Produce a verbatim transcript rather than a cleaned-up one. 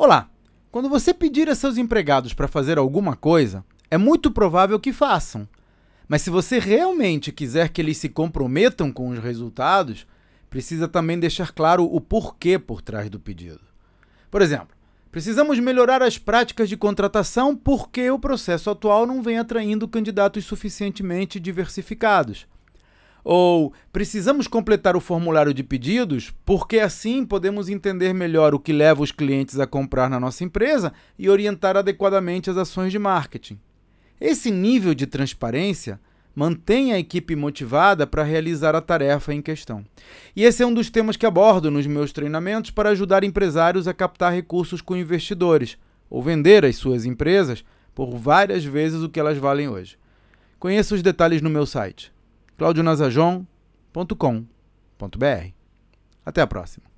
Olá! Quando você pedir a seus empregados para fazer alguma coisa, é muito provável que façam. Mas se você realmente quiser que eles se comprometam com os resultados, precisa também deixar claro o porquê por trás do pedido. Por exemplo, precisamos melhorar as práticas de contratação porque o processo atual não vem atraindo candidatos suficientemente diversificados. Ou precisamos completar o formulário de pedidos porque assim podemos entender melhor o que leva os clientes a comprar na nossa empresa e orientar adequadamente as ações de marketing. Esse nível de transparência mantém a equipe motivada para realizar a tarefa em questão. E esse é um dos temas que abordo nos meus treinamentos para ajudar empresários a captar recursos com investidores ou vender as suas empresas por várias vezes o que elas valem hoje. Conheça os detalhes no meu site claudio nazajon ponto com ponto br. Até a próxima.